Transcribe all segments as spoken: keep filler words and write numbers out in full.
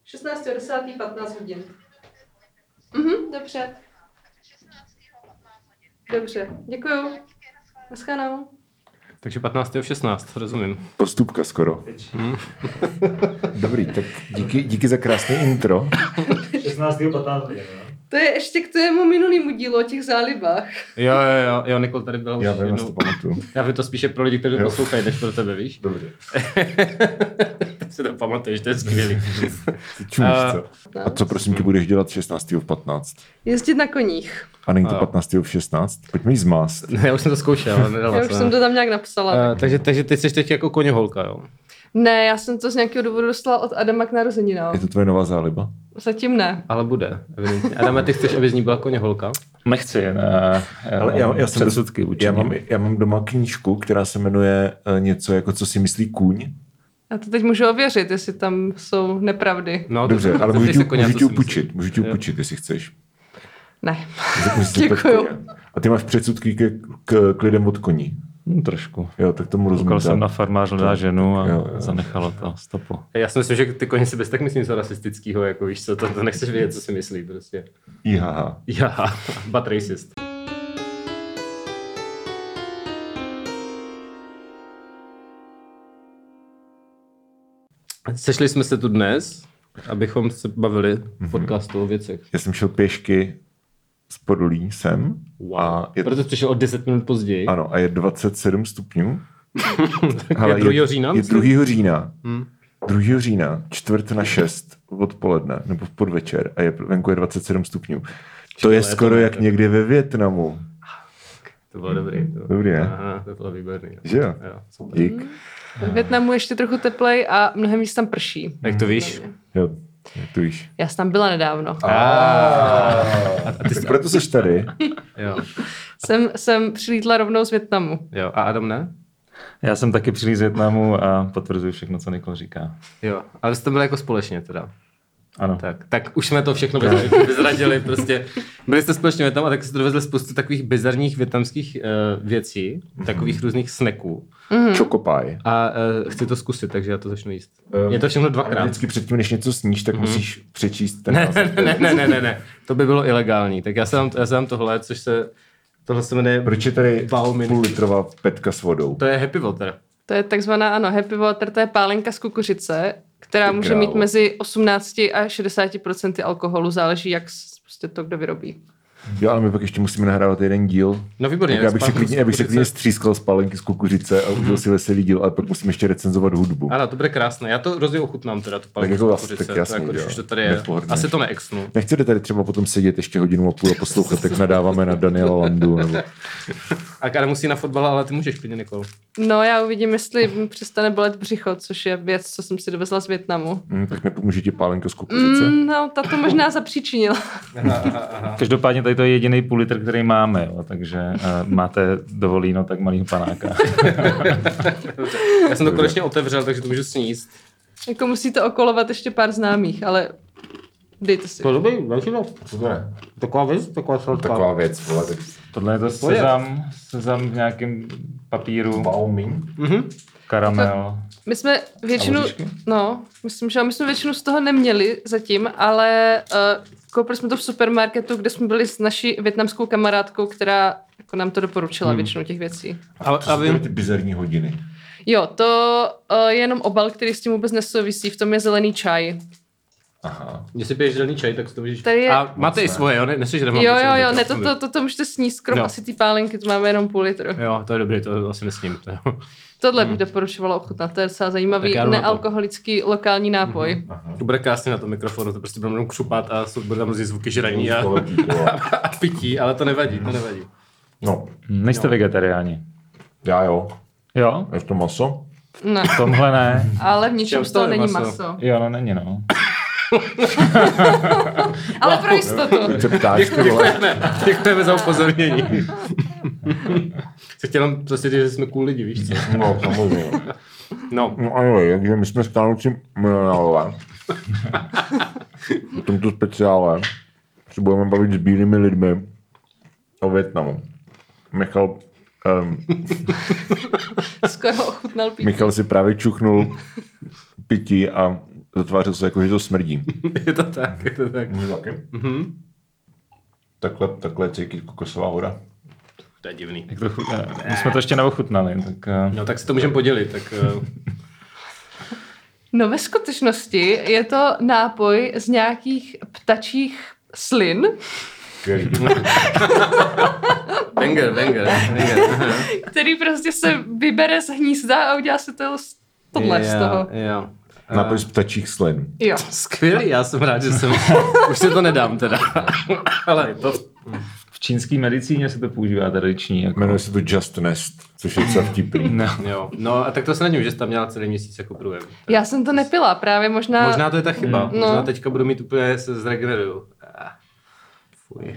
šestnáctého desátého patnáct hodin. Mhm, dobře. Dobře, děkuju. Naschledanou. Takže patnáctého v šestnáct, rozumím. Postupka skoro. Hmm. Dobrý, tak díky, díky za krásný intro. šestnáctého patnáct hodin, To je ještě k tému minulému dílu o těch zálibách. Jo, jo, jo, jo, Nikol tady byla už Já vím, jednou. to pamatuju. Já vím to spíše pro lidi, kteří to poslouchají, než pro tebe, víš? Dobře. Ty si to pamatuješ, to je skvělý. Ty čumíš, co? A co prosím tě budeš dělat šestnáctého v patnáct? Jezdit na koních. A není to patnáctého v šestnáct? Pojďme jí zmást. Ne, já už jsem to zkoušel, ale nedala Já už se. jsem to tam nějak napsala. Uh, takže, takže ty jsi teď jako koněholka, jo? Ne, já jsem to z nějakého důvodu dostala od Adama k narozeninám. Je to tvoje nová záliba? Zatím ne. Ale bude, evidentně. Adame, ty chceš, aby z ní byla koněholka? Nechci, ne. Ale já, já, jsem předsudky já, určitě. mám, já mám doma knížku, která se jmenuje uh, něco jako co si myslí kůň. Já to teď můžu ověřit, jestli tam jsou nepravdy. No, Dobře, to, ale to můžu ti koně, můžu co ti si upůjčit, můžu ti Jo. upůjčit, jestli chceš. Ne. Děkuju. A ty máš předsudky k, k, k lidem od koní. No, trošku. Jo, tak tomu rozumím. Koukal jsem na farmář hledá ženu a Jo, jo. zanechalo to stopu. Já si myslím, že ty koně si bez tak myslím něco rasistického, jako víš co, to, to nechceš vědět, co si myslí prostě. Ihaha. Já, but racist. Sešli jsme se tu dnes, abychom se bavili v podcastu o věcech. Já jsem šel pěšky z Podolí sem. Wow. A je, Proto jsi přišel o deset minut později. ano, a je dvacet sedm stupňů. Je druhého října? Je myslím? druhého října. Hmm. druhého října, čtvrt na šest odpoledne, nebo v podvečer a je, venku je dvacet sedm stupňů. To je léto, skoro ne? jak někde ve Vietnamu. To bylo dobrý. To... Dobrý, ne? Aha, to bylo výborný. Že jo? Jo, super. Dík. V Vietnamu ještě trochu teplej a mnohem víc tam prší. Jak to víš? Jo, jak to víš. Já jsem tam byla nedávno. A ty Tak proto jsi tady. Jo. Jsem, jsem přilítla rovnou z Vietnamu. Jo. A Adam ne? Já jsem taky přilíz z Vietnamu a potvrzuji všechno, co Nikol říká. Jo. Ale jste byli jako společně teda. Ano. Tak, tak už jsme to všechno bez- vyzradili. Prostě. Byli jste společně v Vietnamu a tak jste dovezli spoustu takových bizarních vietnamských uh, věcí, takových různých snacků. Chocopie. A uh, chci to zkusit, takže já to začnu jíst. Je to všechno A dvakrát. vždycky předtím, než něco sníš, tak musíš přečíst ten Ne, název. ne, ne, ne, ne, ne, to by bylo ilegální. Tak já se dám, já se dám tohle, což se, tohle se jmenuje, Proč je tady Wow, min- půl litrová petka s vodou? to je Happy Water. To je takzvaná, ano, Happy Water, to je pálenka z kukuřice, která Ty může krávo. mít mezi osmnáct a šedesát procent alkoholu, záleží, jak s- prostě to kdo vyrobí. Jo, ale my pak ještě musíme nahrávat jeden díl. No výborně. Tak já bych, se spálku klidně, z já bych se kukuřice. klidně střískal z pálenky z kukuřice a užil si veselý díl, ale pak musím ještě recenzovat hudbu. Ano, to bude krásné. Já to hrozně ochutnám teda, tu pálenku jako z asi, kukuřice. tak To jasný, jako, když jo. už to tady je. Nepohodlně. Asi to neexnu. Nechcete tady třeba potom sedět ještě hodinu a půl a poslouchat, jak nadáváme na Daniela Landu? Nebo... A Kara musí na fotbal, ale ty můžeš klidně, Nikol. No, já uvidím, jestli mi přestane bolet břicho, což je věc, co jsem si dovezla z Vietnamu. Hmm, tak nepomůže ti pálenka z kukuřice? Mm, no, ta to možná zapříčinila. Každopádně tady to je jediný půl litr, který máme, jo, takže uh, máte dovolíno tak malýho panáka. Já jsem to konečně otevřel, takže to můžu sníst. Jako musí to okolovat ještě pár známých, ale dejte si. To dobrý, další to. Taková věc, taková sladká. Taková věc, vole. tak- Tohle je to sezam, sezam v nějakém papíru, Mhm. karamel. My jsme většinu, A oříšky? no, myslím, že my jsme většinu z toho neměli zatím, ale uh, koupili jsme to v supermarketu, kde jsme byli s naší vietnamskou kamarádkou, která jako nám to doporučila hmm. většinu těch věcí. A, To a jsou vy, tady ty bizarní hodiny. Jo, to uh, je jenom obal, který s tím vůbec nesouvisí, v tom je zelený čaj. Aha. když si piješ zelený čaj, tak si to můžeš... Tady je- A máte i svoje, jo? Ne, neseš Jo, jo, jo, ne, to, to, to, to můžete sníst, krom No. asi ty pálenky, to máme jenom půl litru. Jo, to je dobrý, to asi nesním. To jo. Tohle bych doporučovala ochutnat, to je docela zajímavý Tak já jdu na to. nealkoholický lokální nápoj. To bude krásně na tom mikrofonu, to prostě budeme jenom křupat a jsou- bude tam různý zvuky žraní a, Koletí, vole. a pití, ale to nevadí, to nevadí. No, Nejste vegetariáni. já jo. Jo? Je to maso? Ne, V tomhle ne. ale v ničem Čem z toho to je není maso? maso. Jo, no není, no. Ale pro jistotu. Teď se ptáš, ty vole. Děkujeme, děkujeme za upozornění. Chci jenom prostě říct, že jsme cool lidi, víš co? No, samozřejmě. No, No a jo, takže my jsme stánoucí milionálové. V tomto speciále se budeme bavit s bílými lidmi o Vietnamu. Michal, um, Skoro ochutnal pití. Michal si právě čuchnul pití a zatvářil se jako, že to smrdí. Je to tak, je to tak. Můžu taky? Mhm. Takhle, takhle je cítit kokosová voda. To je divný. Jak to chutná? My jsme to ještě neochutnali, tak... Uh... No tak si to můžeme podělit, tak... Uh... No ve skutečnosti je to nápoj z nějakých ptačích slin, Skvělý. Banger, banger, banger. který prostě se vybere z hnízda a udělá se to tohle z toho. Jo. Nápoj z ptačích slin. Jo. Skvělý, já jsem rád, že jsem... Už si to nedám teda. Ale to... V čínské medicíně se to používá tradiční. Jako... Jmenuje se to Just Nest, což je docela vtipný. No. Jo. No a tak to se nedím, že jsi tam měla celý měsíc jako průjem. Já jsem to nepila, právě možná... Možná to je ta chyba. No. Možná teďka budu mít úplně se zregeneruju. Ah. Fuj.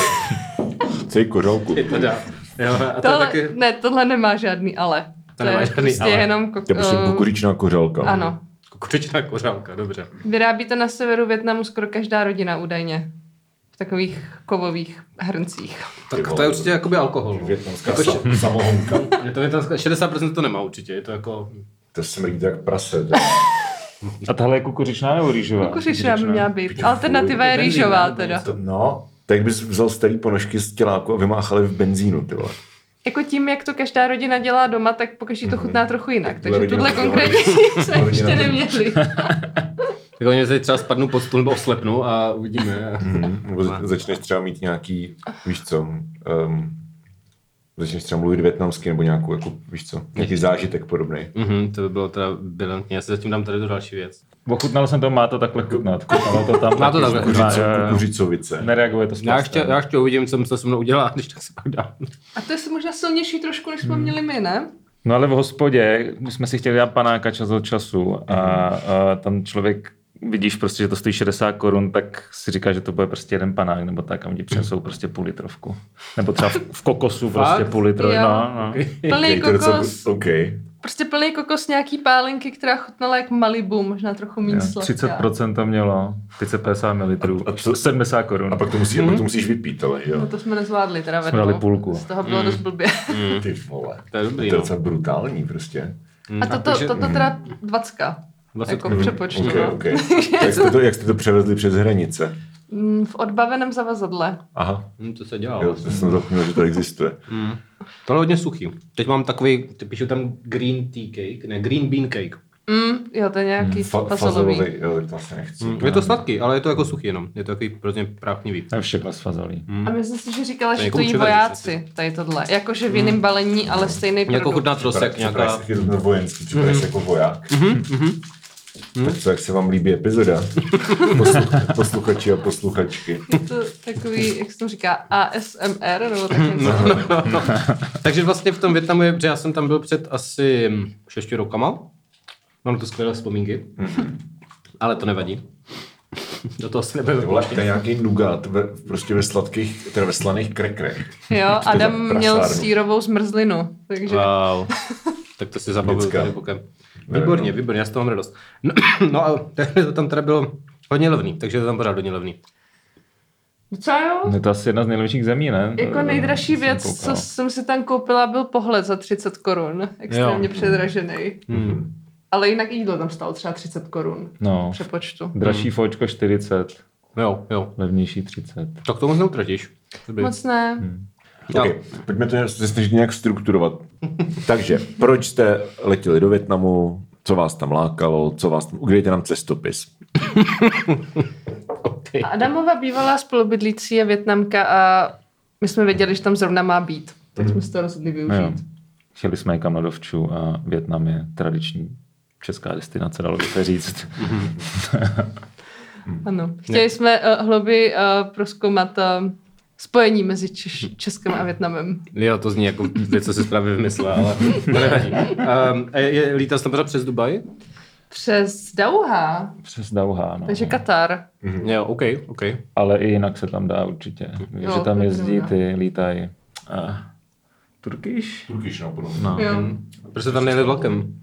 Celý kořálku. Je to dá. Jo, a to Tohle, taky... Ne, tohle nemá žádný ale. To, nemá je žádný prostě ale. jenom... Kok- To je prostě eh, kukuřičná kořálka. Ano. Kukuřičná kořálka, dobře. Vyrábí to na severu Vietnamu skoro každá rodina údajně. V takových kovových hrncích. Tak to je určitě jakoby alkohol. no. Větnamská Jako sa- samohonka. Je to větnamská, šedesát procent to nemá určitě, je to jako... To smrdí jak prase. A tahle je kukuřičná nebo rýžová? Kukuřičná by měla být. Alternativa je Benzín, rýžová ne? teda. To, no, tak bys vzal starý ponožky z těláku a vymáchali v benzínu, ty vole. Jako tím, jak to každá rodina dělá doma, tak pokaždý to chutná trochu jinak. Takže rodina tuhle to dělá. konkrétně jsme Rodina ještě to- neměli. Tak oni se třeba spadnou pod stůl nebo oslepnou a uvidíme. Mhm. Nebo za- začneš třeba mít nějaký, víš co, um, začneš třeba mluvit vietnamsky nebo nějakou, jako, víš co, nějaký zážitek podobný. Mhm, to by bylo teda brilantní. Já si zatím dám tady tu další věc. Ochutnal jsem to, má to takhle chutnat. Chutnalo to tam. Má to taky, takhle že- Kukuřico, má, jo, jo. kukuřicovice. Nereaguje to Já splasté. ještě, já ještě uvidím, co to se mnou udělá, když tak se pak dám. A to je možná silnější trošku, než jsme měli my, ne? No ale v hospodě, my jsme si chtěli dát panáka čas od času a, a tam člověk vidíš prostě, že to stojí šedesát korun, tak si říká, že to bude prostě jeden panák nebo tak a oni přinesou prostě půl litrovku. Nebo třeba v, v kokosu prostě Fakt? půl litru. Jo. No, no. Plný To je docela- kokos, OK. prostě plný kokos nějaký pálenky, která chutnala jak Malibu, možná trochu méně Jo, sladká. třicet procent to mělo, pět set padesát mililitrů, A- a co- sedmdesát korun. A pak to, musí, mm. pak to musíš vypít, ale No jo. to jsme nezvládli teda Jsme vedou. dali půlku. Z toho bylo dost blbě. Ty vole. To je dobrý, To je no. docela brutální prostě. A toto, takže- toto teda dvacka. Dvacet Jako korun. v přepočtu. OK, no. OK. Jak jste, to, jak jste to převezli přes hranice? Mm, V odbaveném zavazadle. Aha. Hm, to se dělá. Jo, to jsem zapomněl, že to existuje. Mm. Tohle je hodně suchý. Teď mám takový, ty píšu tam green tea cake, ne, green bean cake. Mm, jo, to je nějaký Fa- fazolový. fazolový, jo, tak to asi nechci. Mm. Je to sladký, ale je to jako suchý jenom. Je to takový hrozně práchnivý. To je všechno z fazolí. A myslím si, že říkala, To že to někomu jí přivezli vojáci, tady tohle. Jakože v jiném balení, ale stejný Jako produkt. chutná trosek, Připravíš nějaká... se chytnout vojenský, připravíš se jako voják. Tak co, jak se vám líbí epizoda? Posluch, posluchači a posluchačky. Je to takový, jak se to říká, A S M R, nebo tak něco. Takže vlastně v tom Vietnamu je, protože já jsem tam byl před asi šesti rokama. Mám tu skvělé vzpomínky. Ale to nevadí. Do toho si nebudeme Ty vole, to je nějaký nugát ve, prostě ve sladkých, teda ve slaných krekrech. Jo, To je za Adam měl prasárnu. sírovou zmrzlinu, takže Wow. Tak to si zabavuju Děcka. tady bokem. Výborně, výborně, já z toho mám radost. No, no a to tam teda bylo hodně levný, takže to tam pořád hodně levný. docela jo. Je to asi jedna z nejlepších zemí, ne? Jako To- nejdražší jsem věc, koukal. co jsem si tam koupila, byl pohled za třicet korun. Extrémně předražený. Hmm. Ale jinak jídlo tam stálo třeba třicet korun. No, V přepočtu. dražší fočko čtyřicet, Jo, jo. levnější třicet. Tak to moc neutratíš. Dobrý. Moc ne. Okay. Pojďme to se snažit nějak strukturovat. Takže, proč jste letěli do Vietnamu? Co vás tam lákalo? Co vás tam... Udělejte nám cestopis. Okay. A Adamova bývalá spolubydlící je Vietnamka a my jsme věděli, že tam zrovna má být. Tak jsme se to rozhodli No jo. využít. Chtěli jsme někam na dovču a Vietnam je tradiční česká destinace, dalo by se říct. Ano. Chtěli jsme uh, hlouběji uh, prozkoumat uh, spojení mezi Češ- Českem a Vietnamem. Jo, to zní jako věc, co si právě vymyslela, ale to nevadí. Um, a je, je, lítal jsi tam pořád přes Dubaj? Přes Dauha, Přes Dauhá, no. takže Katar. Mm. Jo, OK, OK. Ale i jinak se tam dá určitě. Jo, že tam to je jezdí pravda. ty, lítají. Uh, Turkish? Turkish, no, podobně. No. Jo. Proč jste tam nejeli vlakem?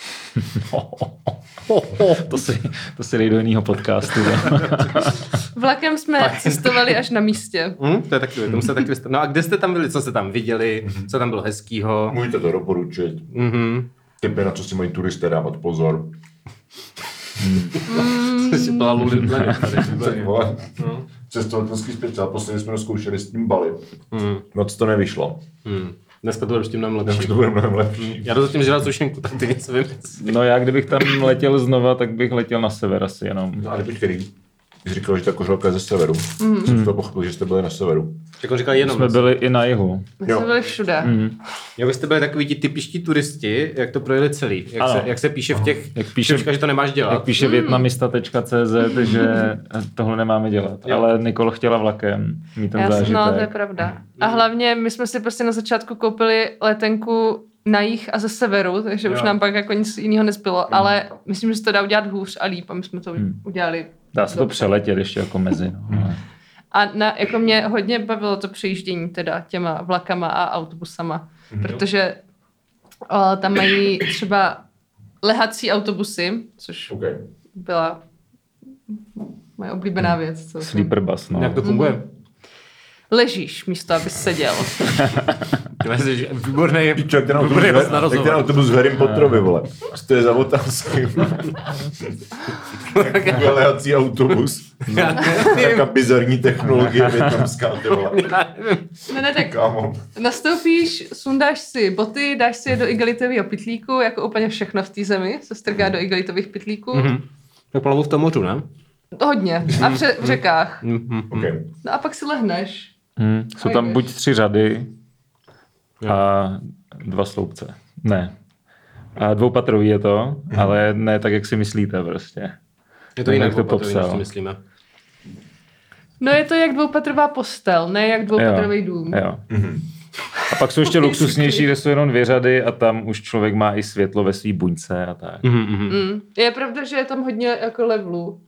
to, si, to si dej do jiného podcastu. Vlakem jsme cestovali až na místě. Hm? To je taky, to musíte taky vystav... No a kde jste tam byli? Co jste tam viděli? Co tam bylo hezkýho? Můžete to doporučit. Mhm. Typy, na co si mají turisté dávat pozor. Jsi byla Lulin Planet tady. Tak vole. Cestovateľský speciál, posledně jsme to zkoušeli s tím Bali. Mm. Moc to nevyšlo. Mm. Dneska to bude ještě mnohem Už lepší. to bude mnohem lepší. Já jdu zatím žrát sušenku, tak ty něco vymysl. No já kdybych tam letěl znova, tak bych letěl na sever asi jenom. No ale počkej, jsi říkal, že ta kořelka je ze severu. Mm. Jsem to pochopil, že jste byli na severu. Jak on říkal jenom. Jsme byli i na jihu. My jsme byli všude. Mm. Jo, vy jste byli takový ti typičtí turisti, jak to projeli celý. Jak, Ano. se, jak se píše v těch Jak píše- píše, že to nemáš dělat. Jak píše vietnamista tečka cé zet, že tohle nemáme dělat. Jo. Ale Nikol chtěla vlakem mít ten Já jsem, zážitek. no, to je pravda. A hlavně my jsme si prostě na začátku koupili letenku na jih a ze severu, takže už Jo. nám pak jako nic jiného nezbylo, ale myslím, že se to dá udělat hůř a líp a my jsme to udělali. Dá se to přeletět ještě jako mezi. No. Ale- A na, jako mě hodně bavilo to přejíždění teda těma vlakama a autobusama, protože o, tam mají třeba lehací autobusy, což Okay. byla moje oblíbená věc. Co jsem- Sleeper bus, no. Jak to funguje? Ležíš místo, aby seděl. To je výborný, Píčo, jak ten autobus, výborný jak ten rozhovor. autobus v Harrym Potterovi, vole. Co to je za otázky? Jak lehací autobus. Taká bizarní technologie větnamská, ty vole. Ne, ne, tak Kámo. nastoupíš, sundáš si boty, dáš si je do igelitového pytlíku, jako úplně všechno v té zemi se strgá do igelitových pytlíků. Mhm. Tak plavu v tom mořu, ne? Hodně. A pře- v řekách. Mhm. Okay. No a pak si lehneš. Hmm. Jsou tam buď tři řady a dva sloupce. Ne. A dvoupatrový je to, ale ne tak, jak si myslíte prostě. Je to Nevím, jinak jak to opatrový, než popsal. si myslíme. No je to jak dvoupatrová postel, ne jak dvoupatrový dům. Jo. A pak jsou ještě luxusnější, kde jsou jenom dvě řady a tam už člověk má i světlo ve svý buňce a tak. Mhm, mhm. Mm. Je pravda, že je tam hodně jako levelů.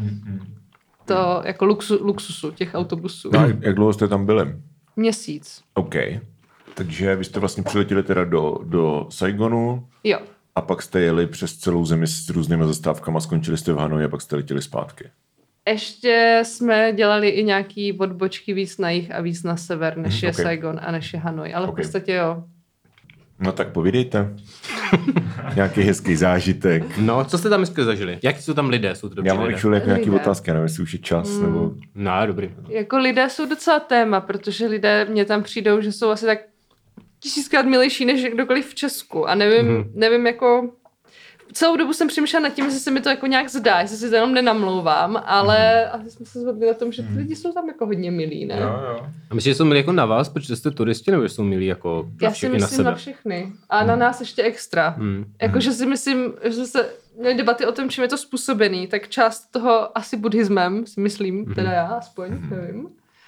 To jako luxu, luxusu těch autobusů. No, jak dlouho jste tam byli? Měsíc. OK. Takže vy jste vlastně přiletěli teda do, do Saigonu Jo. a pak jste jeli přes celou zemi s různými zastávkama, skončili jste v Hanoji a pak jste letěli zpátky. Ještě jsme dělali i nějaký odbočky víc na jih a víc na sever, než Mhm, je okay. Saigon a než je Hanoj. Ale v Ok. podstatě jo. No tak povídejte. Nějaký hezký zážitek. No, co jste tam dneska zažili? Jaký jsou tam lidé? Jsou to dobří Já mám lidé? actually jako nějaký Lidé. otázky, já nevím, jestli už je čas, mm. nebo... No, dobrý. Jako lidé jsou docela téma, protože lidé mě tam přijdou, že jsou asi tak tisíckrát milejší než kdokoliv v Česku. A nevím, Mhm. mm. nevím jako... Celou dobu jsem přemýšlela nad tím, jestli se mi to jako nějak zdá, jestli si to jenom nenamlouvám, ale asi jsme se shodli na tom, že ty lidi jsou tam jako hodně milí, ne? jo. A myslíš, že jsou milí jako na vás, protože jste turisti, nebo že jsou milí jako na Já si všechny na myslím sebe? na všechny. A na nás ještě extra. Hmm. Jakože si myslím, že jsme se měli debaty o tom, čím je to způsobený, tak část toho asi buddhismem, si myslím, teda já aspoň, nevím.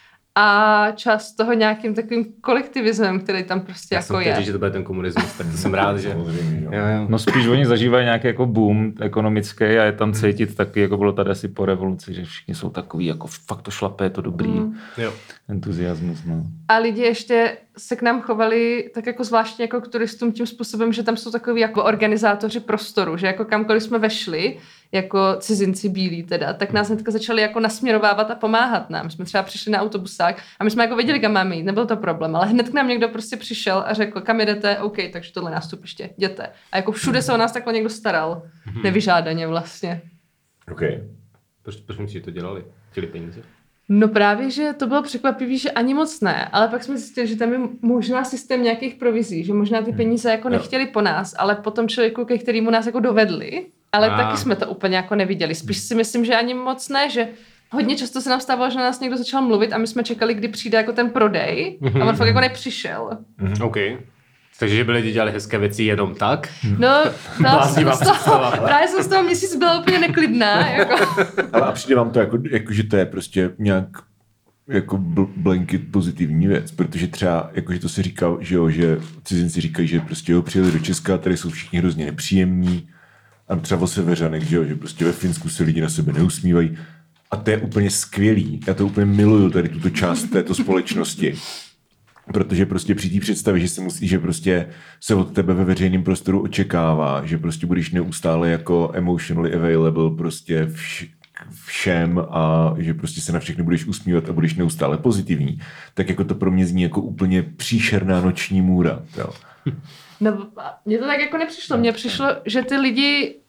A část toho nějakým takovým kolektivismem, který tam prostě Já jako jsem chtěl je. říct, že to bude ten komunismus, tak to jsem rád, že... Samozřejmě, jo. Jo, jo. No spíš oni zažívají nějaký jako boom ekonomický a je tam cítit taky, jako bylo tady asi po revoluci, že všichni jsou takový, jako fakt to šlape, je to dobrý. Mm. jo. Entuziasmus, no. A lidi ještě se k nám chovali tak jako zvláštně jako k turistům tím způsobem, že tam jsou takový jako organizátoři prostoru, že jako kamkoliv jsme vešli, jako cizinci bílí teda, tak nás hnedka začali jako nasměrovávat a pomáhat nám. Jsme třeba přišli na autobusák a my jsme jako věděli, kam máme jít, nebyl to problém, ale hned k nám někdo prostě přišel a řekl, kam jdete, OK, takže tohle nástupiště, jděte. A jako všude se o nás takhle někdo staral, nevyžádaně vlastně. OK. Proč, proč myslíš, že to dělali? Chtěli peníze? No právě, že to bylo překvapivý, že ani moc ne, ale pak jsme zjistili, že tam je možná systém nějakých provizí, že možná ty peníze jako nechtěli po nás, ale po tom člověku, ke kterému nás jako dovedli, ale A. taky jsme to úplně jako neviděli. Spíš si myslím, že ani moc ne, že hodně často se nám stávalo, že na nás někdo začal mluvit a my jsme čekali, kdy přijde jako ten prodej a on fakt jako nepřišel. OK. Takže že by lidi dělali hezké věci jenom tak? No, byla jsem Bláznivá z toho, představa. právě jsem z toho měsíc byla úplně neklidná. Jako. Ale a přijde vám to jako, jako, že to je prostě nějak jako bl- blanket pozitivní věc, protože třeba, jakože to se říká, že jo, že cizinci říkají, že prostě jo, přijeli do Česka, tady jsou všichni hrozně nepříjemní a třeba o Seveřanech, že jo, že prostě ve Finsku se lidi na sebe neusmívají a to je úplně skvělý. Já to úplně miluju, tady tuto část této společnosti. Protože prostě při té představě, že se musí, že prostě se od tebe ve veřejném prostoru očekává, že prostě budeš neustále jako emotionally available prostě vš- všem a že prostě se na všechny budeš usmívat a budeš neustále pozitivní, tak jako to pro mě zní jako úplně příšerná noční můra. Jo. No, mně to tak jako nepřišlo. Mně přišlo, že ty lidi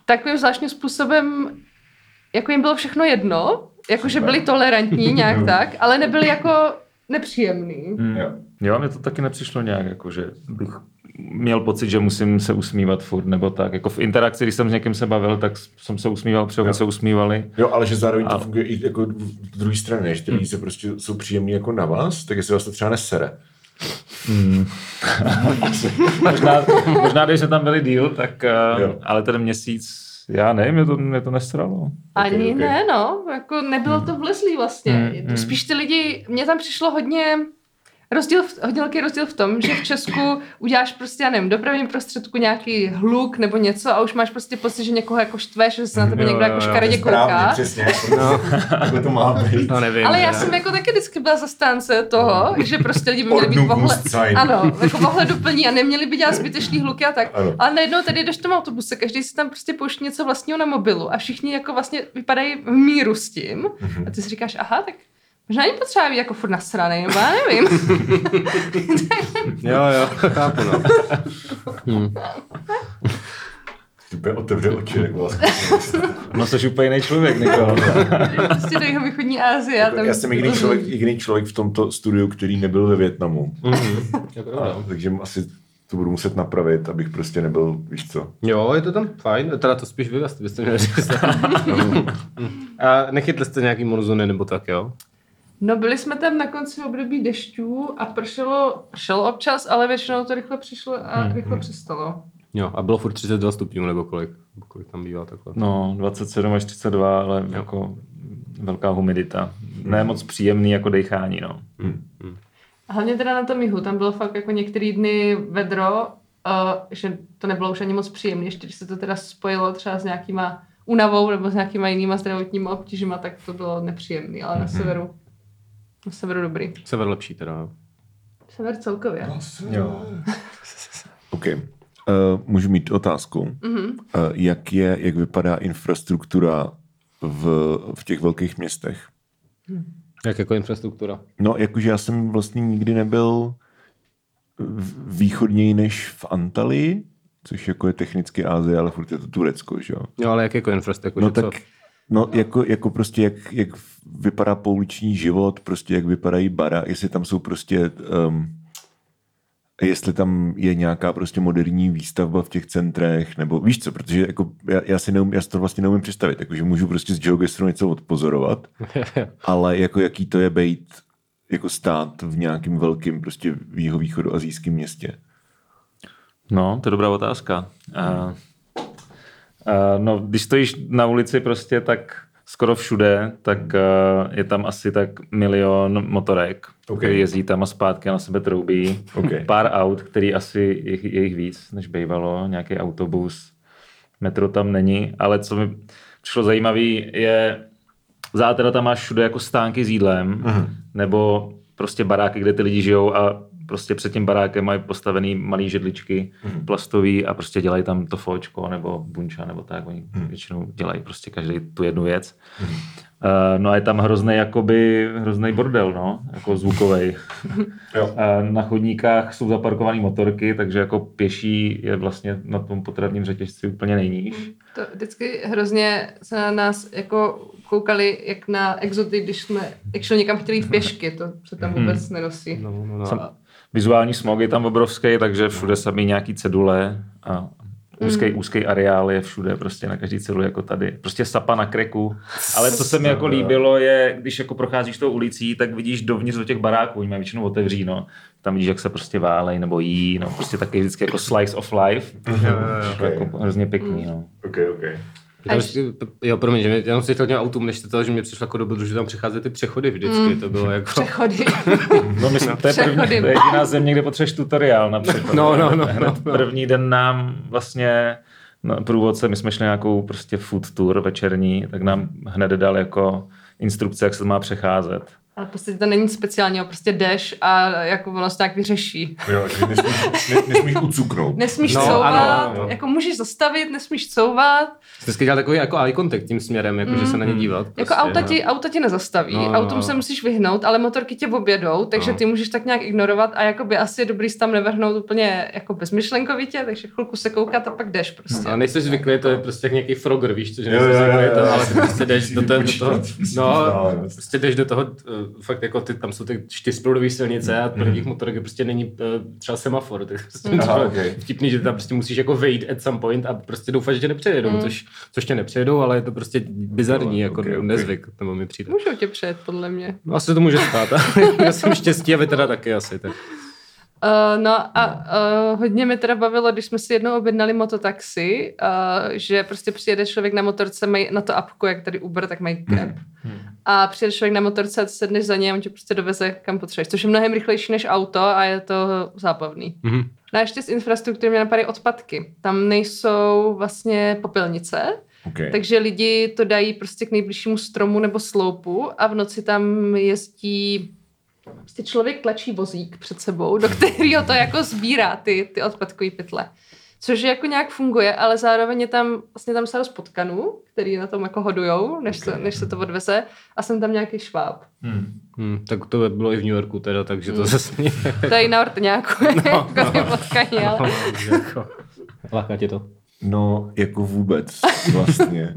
takovým zvláštním způsobem, jako jim bylo všechno jedno, jakože byli tolerantní nějak tak, ale nebyli jako nepříjemný. Mm. Jo. jo, mně to taky nepřišlo nějak, jako, že bych měl pocit, že musím se usmívat furt, nebo tak. Jako v interakci, když jsem s někým se bavil, tak jsem se usmíval, protože oni se usmívali. Jo, ale že zároveň to a... funguje i jako v druhé straně, že ty lidi se prostě jsou příjemní jako na vás, tak jestli vás to třeba nesere. Hmm. možná, možná, když jsme tam byli díl, tak, uh, ale ten měsíc, já nevím, mě to, mě to nesralo. Ani okay, okay. ne, no, jako nebylo to vlezlý vlastně. Hmm. Spíš ty lidi, mně tam přišlo hodně... Rozdíl, hodně velký rozdíl v tom, že v Česku uděláš prostě, já nevím, dopravním prostředku nějaký hluk nebo něco a už máš prostě pocit, že někoho jako štveš, že se na tebe jo, někdo jako škaredě kouká. Správně, přesně. No. Takhle to má být. No, nevím, ale já ne. jsem jako taky vždycky byla zastánce toho, že prostě lidi by měli být pohled, ano, jako pohleduplní a neměli by dělat zbytečný hluky a tak. Ano. Ale najednou tady jdeš v tom autobuse, každý si tam prostě pouští něco vlastního na mobilu a všichni jako vlastně vypadají v míru s tím. A ty si říkáš, aha, tak možná jim potřeba být jako furt nasranej, nebo já nevím. jo, jo, chápu, no. Hmm. Ty otevře oči, jak vlastně. No jsi úplně jiný člověk, Nikol. Prostě do jeho východní Asie. Jako, tam... Já jsem jediný člověk, jediný člověk v tomto studiu, který nebyl ve Vietnamu. Mm-hmm. A, takže asi to budu muset napravit, abych prostě nebyl, víš co. Jo, je to tam fajn, teda to spíš vy, vlastně byste měli říct. A nechytli jste nějaký monzony nebo tak, jo? No byli jsme tam na konci období dešťů a pršelo, pršelo občas, ale většinou to rychle přišlo a hmm, rychle hmm. přestalo. Jo, a bylo furt třicet dva stupňů nebo kolik? Kolik tam bývá takhle? No, dvacet sedm až třicet dva, ale jo. Jako velká humidita. Ne moc příjemný jako dechání, no. Hmm. Hmm. A hlavně teda na tom jihu, tam bylo fakt jako některý dny vedro, uh, že to nebylo už ani moc příjemné, ještě když se to teda spojilo třeba s nějakýma únavou nebo s nějakýma jinýma zdravotníma obtížima, tak to bylo nepříjemné, ale na severu Na severu dobrý. Sever lepší teda, jo. Sever celkově. Jo. OK. Uh, můžu mít otázku. Mm-hmm. Uh, jak je, jak vypadá infrastruktura v, v těch velkých městech? Jak jako infrastruktura? No, jakože já jsem vlastně nikdy nebyl východněji než v Antalii, což jako je technicky Asie, ale furt je to Turecko, že jo? No, ale jak jako infrastruktura? No tak, no jako, jako prostě jak, jak vypadá pouliční život, prostě jak vypadají bara, jestli tam jsou prostě, um, jestli tam je nějaká prostě moderní výstavba v těch centrech, nebo víš co, protože jako já, já si neum, já si to vlastně neumím představit, jakože můžu prostě z geogastru něco odpozorovat, ale jako jaký to je bejt jako stát v nějakým velkým prostě jihovýchodu asijském městě. No, to je dobrá otázka. Uh, uh, no, když stojíš na ulici prostě tak skoro všude, tak uh, je tam asi tak milion motorek, okay. který jezdí tam a zpátky a na sebe troubí. Okay. Pár aut, který asi je, je jich víc, než bývalo, nějaký autobus. Metro tam není, ale co mi přišlo zajímavý je, zátera tam máš všude jako stánky s jídlem, uh-huh. nebo prostě baráky, kde ty lidi žijou a prostě před tím barákem mají postavený malý židličky mm. plastový a prostě dělají tam to fočko nebo bunča nebo tak. Oni mm. většinou dělají prostě každý tu jednu věc. Mm. Uh, no a je tam hrozný jakoby, hrozný bordel, no, jako zvukovej. uh, na chodníkách jsou zaparkované motorky, takže jako pěší je vlastně na tom potravním řetězci úplně nejníž. To vždycky hrozně se na nás jako koukali jak na exoty, když jsme actually někam chtěli jít pěšky, to se tam vůbec nenosí. No, no, no. Sam, vizuální smog je tam obrovský, takže všude samý nějaký cedule a úzký, mm. úzký areál je všude, prostě na každý ceduli jako tady. Prostě sapa na kreku. Ale co se mi jako líbilo je, když jako procházíš tou ulicí, tak vidíš dovnitř do těch baráků, oni mají většinou otevří, no. Tam vidíš, jak se prostě válej nebo jí, no. Prostě taky vždycky jako slice of life. Mm-hmm. Okay. Jako hrozně pěkný, no. Ok, ok. Až... Jo, promiň, že mě, já jsem si chtěl těm autům, než to, že mě přišlo jako dobu, že tam přicházely ty přechody vždycky, mm. to bylo jako... Přechody. No my jsme, to je, první, to je jediná země, kde potřebuješ tutoriál na přechod. No, no, no, Hned no, no. První den nám vlastně no, průvodce, my jsme šli nějakou prostě food tour večerní, tak nám hned dal jako instrukce, jak se to má přecházet. Ale prostě to není nic speciálního, prostě jdeš a jako ono se tak vyřeší. Jo, nesmíš, ne, nesmíš ucuknout. Nesmíš No, couvat, ano, ano. jako můžeš zastavit, nesmíš couvat. Vždycky dělal takový jako eye contact tím směrem, jako, mm. že se na ně dívat. Jako Prostě, auta ti, auta ti nezastaví, No, no, autům no. se musíš vyhnout, ale motorky tě objedou, takže No. ty můžeš tak nějak ignorovat a jakoby asi je dobrý se tam nevrhnout úplně jako bezmyšlenkovitě, takže chvilku se koukat a pak jdeš prostě. A nejsi zvyklý, to je prostě jak nějaký Frogger, víš, co, že Jo, nejsi jo, jo, zvyklý, jo. to, ale ty prostě jdeš do, toho, do toho, no, No, prostě jdeš do toho, uh, fakt jako ty, tam jsou ty čtyřproudové silnice a pro těch motorek prostě není uh, třeba semafor, tak prostě Aha, třeba okay. vtipný, že tam prostě musíš jako vejít at some point a prostě doufáš, že tě nepřejedou, Mm. což, což tě nepřejedou, ale je to prostě bizarní, No, jako okay, okay. nezvyk, nebo mi přijde. Můžou tě přejet, podle mě. No, asi to může stát, já jsem štěstí a vy teda taky asi. Tak. Uh, no a uh, hodně mi teda bavilo, když jsme si jednou objednali mototaxi, uh, že prostě přijede člověk na motorce, mají na to apku, jak tady Uber, tak mají Grab. Hmm. A přijede člověk na motorce a sedneš za ně a on tě prostě doveze kam potřebuješ, což je mnohem rychlejší než auto a je to zábavný. Mhm. No a ještě z infrastruktury mě napadají odpadky. Tam nejsou vlastně popelnice, Okay. takže lidi to dají prostě k nejbližšímu stromu nebo sloupu a v noci tam jezdí prostě člověk tlačí vozík před sebou, do kterého to jako sbírá ty, ty odpadkové pytle. Což jako nějak funguje, ale zároveň je tam vlastně tam se dost potkanů, který na tom jako hodujou, než, okay. se, než se to odveze a jsem tam nějaký šváb. Hmm. Hmm, tak to bylo i v New Yorku teda, takže to Hmm. zase mě... To je i na Ortňáku, no, jako ty potkaní, ale... No, jako, láká tě to? No, jako vůbec, vlastně.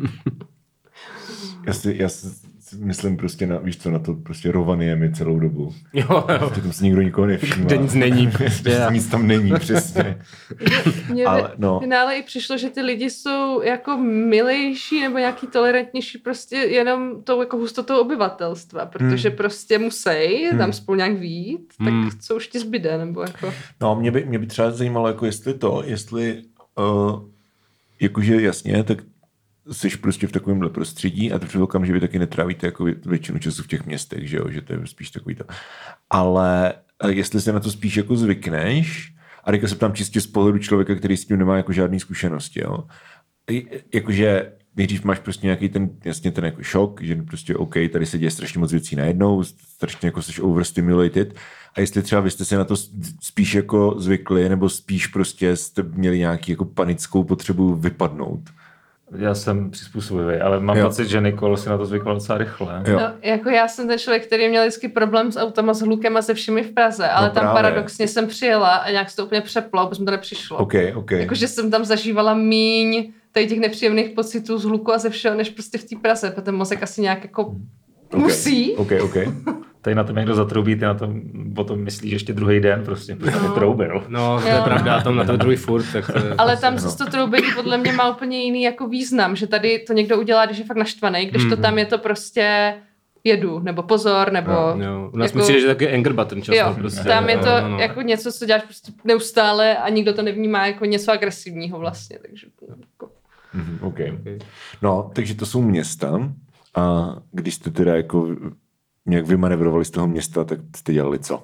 já, si, já si myslím prostě na, víš co, na to prostě Rovaniemi celou dobu. Jo, jo. Prostě tam se nikdo nikoho nevšímá. Kde nic není. Prostě. Nic tam není, přesně. Mně Ale, no. v finále i přišlo, že ty lidi jsou jako milejší nebo nějaký tolerantnější prostě jenom tou jako hustotou obyvatelstva, protože hmm. prostě musí Hmm. tam spolu nějak vyjít, tak Hmm. co už ti zbyde, nebo jako... No, mě by, mě by třeba zajímalo, jako jestli to, jestli uh, jakože jasně, tak jsi prostě v takovémhle prostředí a to předpokládám, že vy taky netrávíte jako většinu času v těch městech, že jo, že to je spíš takový to. Ale uh, jestli se na to spíš jako zvykneš, a teďka se ptám čistě z pohledu člověka, který s tím nemá jako žádný zkušenosti, jo. Jakože nejdřív máš prostě nějaký ten, jasně ten jako šok, že prostě OK, tady se děje strašně moc věcí najednou, strašně jako jsi overstimulated. A jestli třeba vy jste se na to spíš jako zvykli, nebo spíš prostě jste měli nějaký jako panickou potřebu vypadnout. Já jsem přizpůsobivý, ale mám Jo. pocit, že Nikol si na to zvykla docela rychle. Jo. No, jako já jsem ten člověk, který měl vždycky problém s autama, s hlukem a se všemi v Praze, ale No tam právě. paradoxně jsem přijela a nějak se to úplně přeplo, protože mi to nepřišlo. OK, OK. Jakože jsem tam zažívala míň tady těch nepříjemných pocitů z hluku a ze všeho, než prostě v té Praze, protože ten mozek asi nějak jako OK, musí. OK, OK. Tady na tom někdo zatroubí, ty na tom potom myslíš ještě druhý den prostě, protože No. to troubil. No, to je Jo. pravda, tam na to druhý furt, tak to je... Ale tam no. zase to troubení podle mě má úplně jiný jako význam, že tady to někdo udělá, když je fakt naštvaný, když to Mhm. tam je to prostě jedu, nebo pozor, nebo... Jo, u nás jako- mi přijde, že taky anger button často. Jo, prostě. tam je to No, no, no. jako něco, co děláš prostě neustále a nikdo to nevnímá jako něco agresivního vlastně, takže... Jako... Mhm, OK. No, takže to jsou města a když jste teda jako nějak vymanevrovali z toho města, tak jste dělali co?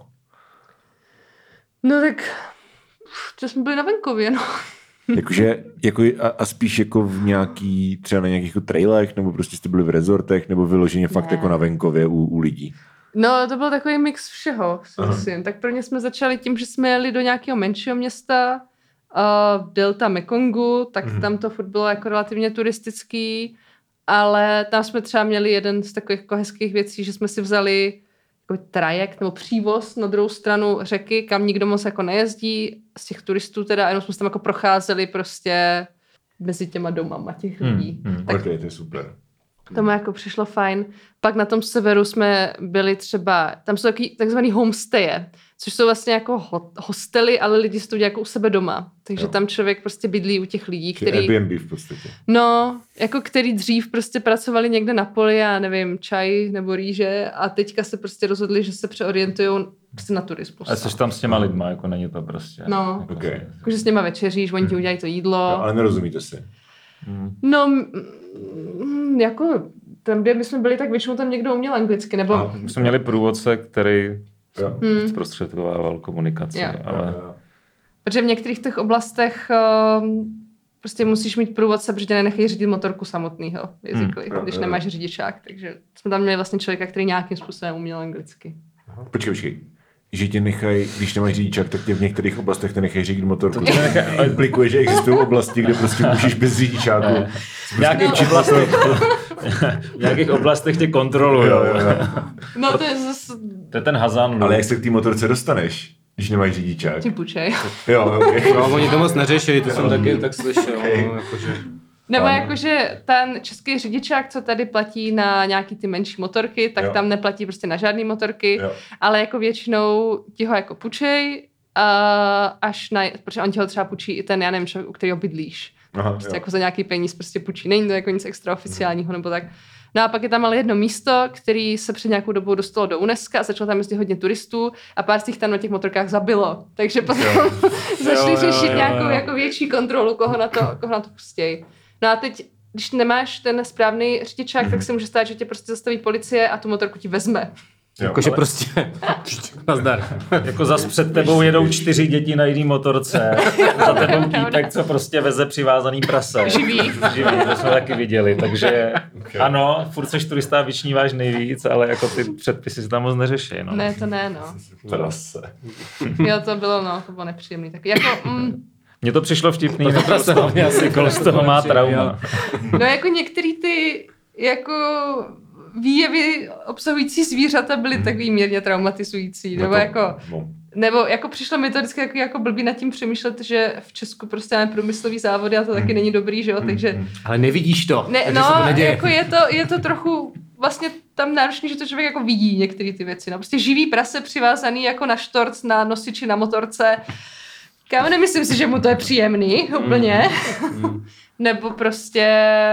No tak... To jsme byli na venkově, no. Jakože, jako a, a spíš jako v nějaký, třeba na nějakých jako trailech, nebo prostě jste byli v rezortech, nebo vyloženě fakt Ne. jako na venkově u, u lidí? No, to byl takový mix všeho, si Aha. myslím. Tak prvně jsme začali tím, že jsme jeli do nějakého menšího města, uh, Delta Mekongu, tak Mhm. tam to furt bylo jako relativně turistický, ale tam jsme třeba měli jeden z takových jako hezkých věcí, že jsme si vzali jako trajekt nebo přívoz na druhou stranu řeky, kam nikdo moc jako nejezdí, z těch turistů teda, jenom jsme se tam jako procházeli prostě mezi těma domama těch lidí. Hmm, hmm. Tak Ok, to je super. to mi jako přišlo fajn. Pak na tom severu jsme byli třeba, tam jsou taky takzvaný homestaye, což jsou vlastně jako ho- hostely, ale lidi si to dělají jako u sebe doma. Takže Jo. tam člověk prostě bydlí u těch lidí, Který... který, Airbnb v podstatě. no, jako který dřív prostě pracovali někde na poli, já nevím, čaj nebo rýže a teďka se prostě rozhodli, že se přeorientujou prostě na turismus. A jsi tam s těma lidma, jako není to prostě. No. Jako Ok. Jakože s něma večeříš, oni ti udělají to jídlo. No, ale nerozumíte si. Hmm. No, mm, jako tam, kde my jsme byli, tak většinou tam někdo uměl anglicky, nebo... Aha. My jsme měli průvodce, který Jo. Hmm. zprostředkovával komunikaci, Jo. ale Jo. Protože v některých těch oblastech um, prostě musíš mít průvodce, protože nenechají řídit motorku samotného, basically, Hmm. když Jo, jo. nemáš řidičák. Takže jsme tam měli vlastně člověka, který nějakým způsobem uměl anglicky. Počkej, počkej. Že tě nechají, když nemáš řidičák, tak tě v některých oblastech nechají řídit motorku. To tě nechaj- Implikuje, že existují oblasti, kde prostě můžeš bez řidičáku. V nějakých, oblastech, v nějakých oblastech tě kontrolují. Jo, jo, jo. No to je zase... To je ten Hazan. Ale jak se k té motorce dostaneš, když nemáš řidičák? Ti půjčej. Jo, okay. No, oni to moc neřešili, to jsem taky tak slyšel. Okay. No, jakože... Nebo Ano. jakože ten český řidičák, co tady platí na nějaký ty menší motorky, tak Jo. tam neplatí prostě na žádný motorky, Jo. ale jako většinou ti ho jako půjčej, a až na, protože on ti ho třeba půjčí i ten, já nevím, člověk, u kterého bydlíš. Aha, Prostě jo. jako za nějaký peníz prostě půjčí. Není to jako nic extra oficiálního nebo tak. No a pak je tam ale jedno místo, který se před nějakou dobou dostalo do UNESCO a začalo tam jezdit hodně turistů a pár z těch tam na těch motorkách zabilo. Takže potom začali Jo, jo, řešit jo, nějakou jo. jako větší kontrolu, koho na to, koho na to pustějí. No a teď, když nemáš ten správný řidičák, tak se může stát, že tě prostě zastaví policie a tu motorku ti vezme. Jo, Jakože ale- prostě... Nazdar. Jako zas před tebou jedou čtyři děti na jiný motorce. Za tebou týpek, co prostě veze přivázaný prase. Živý. Živý, to jsme taky viděli. Takže ano, furt seš turista a vyčníváš nejvíc, ale jako ty předpisy se tam moc neřeší. No. Ne, to ne, no. Prase. Jo, to bylo, no, to bylo nepříjemný. Tak jako, mm, Mně to přišlo vtipný, To jako prase z toho, hlavně asi Nikol z toho má trauma. no jako některý ty, jako výjevy obsahující zvířata byly takový mírně traumatizující, nebo jako... No. Nebo jako přišlo mi to vždycky jako, jako blbý nad tím přemýšlet, že v Česku prostě máme průmyslový závody a to taky není dobrý, že jo, takže... Ale nevidíš to. Ne, takže se to no, neděje. jako je to, je to trochu vlastně tam náročný, že to člověk jako vidí některé ty věci. No, prostě živý prase přivázaný jako na štorc, na nosiči, na motorce. Kámo, nemyslím si, že mu to je příjemný úplně. Mm. Nebo prostě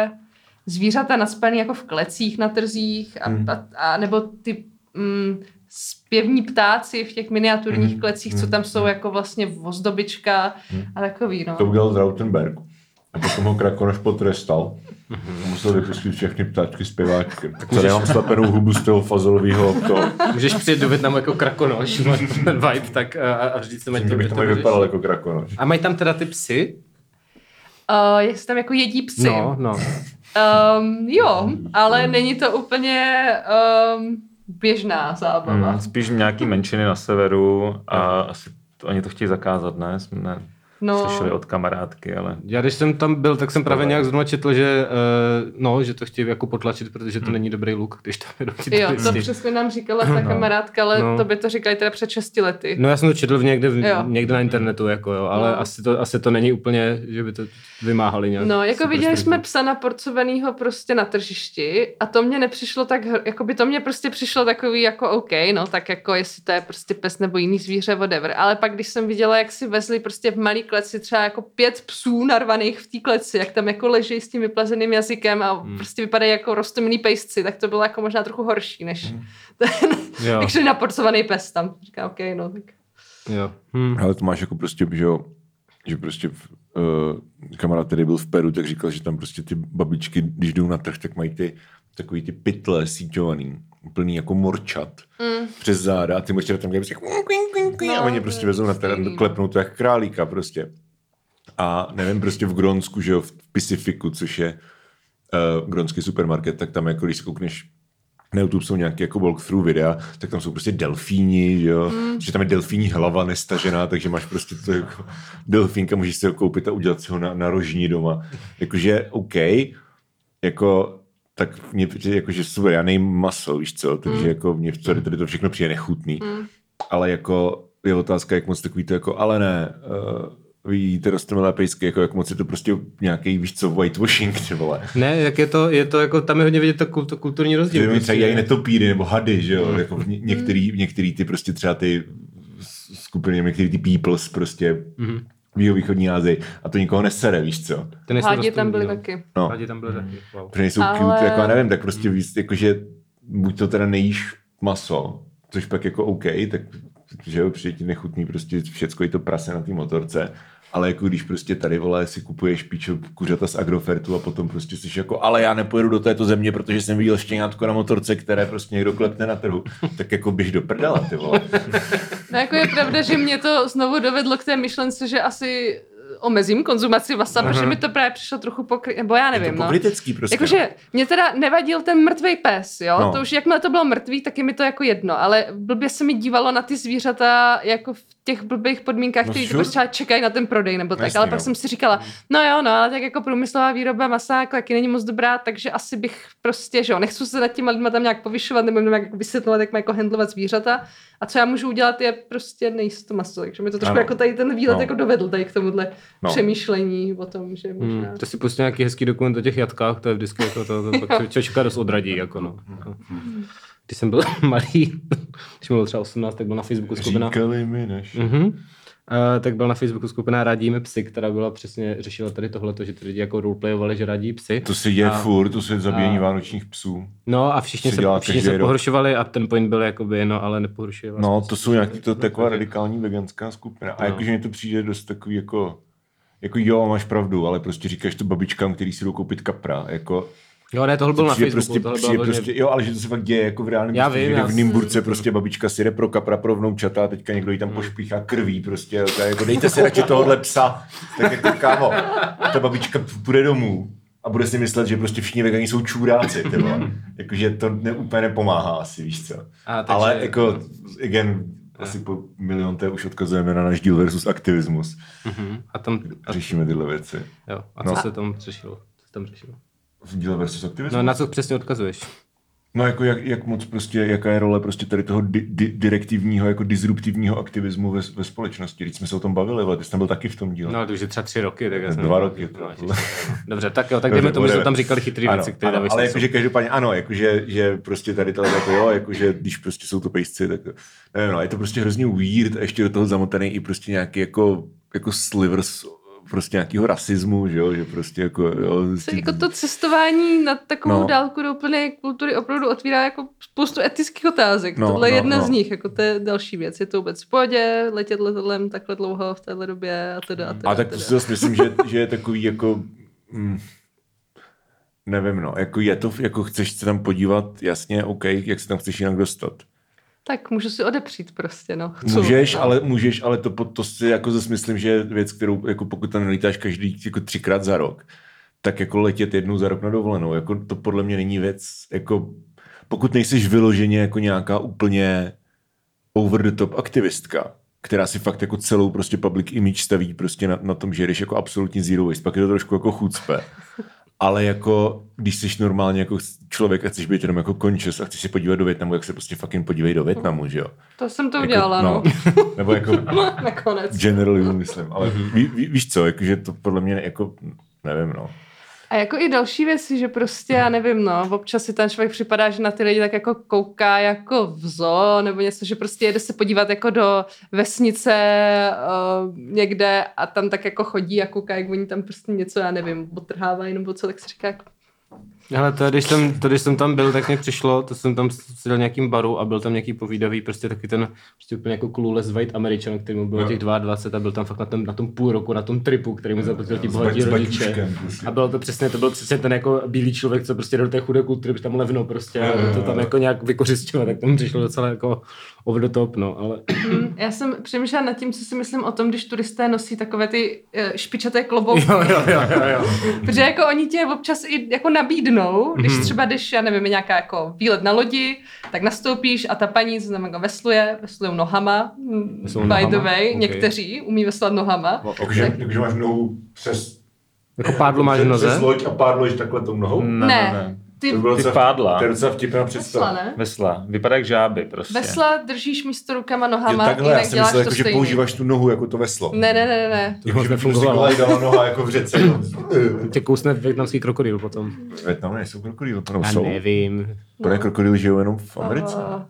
zvířata naspaný jako v klecích na trzích a, Mm. a, a nebo ty mm, zpěvní ptáci v těch miniaturních Mm. klecích, co tam jsou jako vlastně ozdobička a takový, no. To udělal Rautenberg. A potom ho Krakonoš potrestal. Musel vypustit všechny ptáčky zpěváčky. Tak tady mám slepenou hubu z toho fazolového to. Můžeš přijet do Vietnamu jako krakonoš, máš ten vibe, tak a, a vždyť se mají Mě to, bych to to mají vypadal jako Krakonoš. A mají tam teda ty psy? Uh, jestli tam jako jedí psy. No, no. Um, jo, ale není to úplně um, běžná zábava. Hmm, spíš nějaký menšiny na severu a asi to, oni to chtějí zakázat, ne? Jsme No. slyšeli od kamarádky, ale... Já když jsem tam byl, tak jsem právě nějak zrovna četl, že, uh, no, že to chtějí jako potlačit, protože to není dobrý look, když tam jedou ti Jo, to turisti. přesně nám říkala ta kamarádka, ale No. to by to říkali teda před šesti lety. No já jsem to četl v někde, v, Jo. někde na internetu, jako jo, ale No. asi, to, asi to není úplně, že by to vymáhali nějak. No, jako super viděli striktně. jsme psa naporcovanýho prostě na tržišti a to mě nepřišlo tak, hr- jako by to mě prostě přišlo takový jako OK, no tak jako jestli to je prostě pes nebo jiný zvíře, whatever. Ale pak, když jsem viděla, jak si vezli prostě v malý kleci třeba jako pět psů narvaných v té kleci, jak tam jako leží s tím vyplazeným jazykem a hmm. prostě vypadají jako roztomilí pejsci, tak to bylo jako možná trochu horší, než Hmm. ten Jo. actually naporcovaný pes tam. Říká, OK, no tak. Jo. Hm. Ale to máš jako prostě, že jo, že prostě v, uh, kamarád, který byl v Peru, tak říkal, že tam prostě ty babičky, když jdou na trh, tak mají ty takový ty pytle síťovaný, plný jako morčat Mm. přes záda a ty morčata tam dělají prostě No, a oni to prostě je vezou na stejný. terén, klepnou to jak králíka prostě. A nevím, prostě v Grónsku, že jo, v Pacifiku, což je uh, grónský supermarket, tak tam jako když se koukneš na YouTube jsou nějaké jako walkthrough videa, tak tam jsou prostě delfíni, že jo, mm. že tam je delfíní hlava nestažená, takže máš prostě to jako delfínka, můžeš si ho koupit a udělat si ho na, na rožní doma. Jakože OK, jako tak mě přijde, jako, že super, já nejím maso, víš co, takže mm. jako mě tady, tady to všechno přijde nechutný. Mm. Ale jako je otázka, jak moc takový to jako, ale ne, uh, vy jíte rostomilé pejsky, jako jak moc je to prostě nějaký, víš co, whitewashing, ty vole. Ne, jak je to, je to jako, tam je hodně vidět to kult, kulturní rozdíl. Že prostě. třeba dělají netopíry nebo hady, že jo, jako ně, některý, některý ty prostě třeba ty skupiny, některý ty peoples prostě Mm-hmm. v jihovýchodní Asii a to nikoho nesere, víš co. Ty nejsou Hádi tam rostomilí, byly no. taky. No, Hádi tam byly taky, wow. protože nejsou Ale- cute, jako já nevím, tak prostě víc, jakože buď to teda nejíš maso, což pak jako OK, tak že jo, přijde ti nechutný prostě všecko je to prase na té motorce, ale jako když prostě tady, vole, si kupuješ píčo kuřata z Agrofertu a potom prostě jsi jako, ale já nepojedu do této země, protože jsem viděl štěňátko na motorce, které prostě někdo klepne na trhu, tak jako běž do prdela, ty vole. No jako je pravda, že mě to znovu dovedlo k té myšlence, že asi omezím konzumaci masa, uh-huh. protože mi to právě přišlo trochu pokry... nebo já nevím, je to no. pokrytecký prostě. Jakože mě teda nevadil ten mrtvej pes, jo, no. to už jakmile to bylo mrtvý, tak je mi to jako jedno, ale blbě se mi dívalo na ty zvířata jako v těch blbých podmínkách, no, které sure. prostě čekají na ten prodej, nebo tak, Jasný, ale no. pak jsem si říkala, no jo, no, ale tak jako průmyslová výroba masa jako taky není moc dobrá, takže asi bych prostě, že jo, nechci se nad těma lidma tam nějak povyšovat, nebo nějak jako vysvětlovat, jak má jako handlovat zvířata. A co já můžu udělat, je prostě nejíst to maso. Takže mi to trošku ano. jako tady ten výlet no. jako dovedl tady k tomuhle no. přemýšlení o tom, že možná... Hmm, to si pustí nějaký hezký dokument o těch jatkách, to je vždycky jako to, to, to pak člověka dost odradí, jako no. Když jsem byl malý, když mi bylo třeba osmnáct, tak byl na Facebooku skupina... Říkali mi než... Uh-huh. Uh, tak byl na Facebooku skupina Radíme psy, která byla přesně, řešila tady tohleto, že ty lidi jako roleplayovali, že radí psy. To se děje a, furt, to se zabíjení a, vánočních psů. No a všichni se, všichni se pohoršovali a ten point byl jakoby, no ale nepohoršuje vás. No to jsou nějaký to taková radikální veganská skupina. A no. jakože mi to přijde dost takový jako, jako jo, máš pravdu, ale prostě říkáš to babičkám, který si jdou koupit kapra, jako... Jo, ne, tohle byl na Facebooku. Prostě, tohle bylo prostě, vlastně... jo, ale že to se fakt děje jako v reálném já prostě, vím, že já v Nymburce prostě babička si jde pro kapra pro vnoučata a teďka někdo jí tam pošpíchá krví prostě. Jako dejte si radši tohohle psa. Tak jako kámo, ta babička půjde domů a bude si myslet, že prostě všichni vegani jsou čůráci, tyhle. Jakože to ne, úplně nepomáhá asi, víš co. A, takže... Ale jako, again, asi po milionté už odkazujeme na náš díl versus aktivismus. Uh-huh. A tam... Řešíme tyhle věci. Jo, a no. co se tam řešilo? Co se tam řešilo? V díle versus aktivismus? No na co přesně odkazuješ? No jako jak, jak moc prostě, jaká je role prostě tady toho di, di, direktivního, jako disruptivního aktivismu ve, ve společnosti. Když jsme se o tom bavili, ale ty jsi tam byl taky v tom díle. No to už je třeba tři roky. Tak já jsem Dva roky. To, no, dobře, tak jo, tak jdeme tomu, že jsme tam říkali chytrý ano, věci, které ano, dávají ale smysl. jakože každopádně ano, jakože že prostě tady tohle jako jo, jakože když prostě jsou to pejsci, tak nevím, no, je to prostě hrozně weird a ještě do toho zamotaný i prostě nějaký jako, jako slivers prostě nějakého rasismu, že jo, že prostě jako... Jo, ty... Jako to cestování na takovou no. dálku do úplné kultury opravdu otvírá jako spoustu etických otázek. No, Tohle je no, jedna no. z nich, jako to je další věc. Je to vůbec v pohodě, letět letadlem takhle dlouho v téhle době a teda a teda. A tak to si zase myslím, že, že je takový jako... Mm, nevím, no, jako je to, jako chceš se tam podívat, jasně, OK, jak se tam chceš jinak dostat. Tak můžu si odepřít prostě, no. Chcu. Můžeš, ale, můžeš, ale to, to si jako zase myslím, že je věc, kterou jako pokud tam nelítáš každý jako třikrát za rok, tak jako letět jednou za rok na dovolenou, jako to podle mě není věc, jako pokud nejseš vyloženě jako nějaká úplně over the top aktivistka, která si fakt jako celou prostě public image staví prostě na, na tom, že jdeš jako absolutní zero waste, pak je to trošku jako chucpe. Ale jako, když jsi normálně jako člověk a chceš být jenom jako conscious a chceš se podívat do Vietnamu, jak se prostě fucking podívej do Vietnamu, že jo? To jsem to jako, udělala, no. no. Nebo jako... Nakonec. Generally, myslím. Ale ví, ví, víš co, jakože to podle mě jako, nevím, no. A jako i další věci, že prostě, já nevím, no, občas si ten člověk připadá, že na ty lidi tak jako kouká jako v zoo, nebo něco, že prostě jede se podívat jako do vesnice uh, někde a tam tak jako chodí a kouká, jak oni tam prostě něco, já nevím, odtrhávají nebo co, tak si říká jako... Ale to, když jsem, to, když jsem tam byl, tak mě přišlo, to jsem tam seděl v nějakým baru a byl tam nějaký povídavý, prostě taky ten prostě úplně jako clueless white Američan, který mu bylo těch dvacet dva a byl tam fakt na tom, na tom půl roku, na tom tripu, který mu zaplatil ti bohatí rodiče. A bylo to přesně, to byl přesně ten jako bílý člověk, co prostě do té chudé kultury, tam levno prostě a to tam jako nějak vykořisťovat, tak tomu přišlo docela jako over the top, no, ale... Já jsem přemýšlela nad tím, co si myslím o tom, když turisté nosí takové ty špičaté klobouky. Jo, jo, jo, jo, jo. Protože jako oni tě občas i jako nabídnou, když třeba jdeš, já nevím, nějaká jako výlet na lodi, tak nastoupíš a ta paní, co znamená, jako vesluje, veslujou nohama, Veslujou by nohama? the way, Okay. Někteří umí veslovat nohama. Takže tak... máš nohu přes... Jako pádlo máš v noze? Přes loď a pádlo ješ takhle tou nohou? Ne, ne. ne. Ty, to ty pádla. To je docela vtipná představa. Vesla, ne? Vesla. Vypadá jak žáby prostě. Vesla držíš místo rukama, nohama, Jo, takhle, jinak já jsem děláš myslel, to jako, že stejný. používáš tu nohu jako to veslo. Ne, ne, ne, ne. To moc Že by nefungovalo. prostě dala noha jako v řece. Tě kousne vietnamský krokodýl potom. Vietnamu nejsou krokodýly, to Já jsou. nevím. To ne krokodýly žijou jenom v Americe. Uh,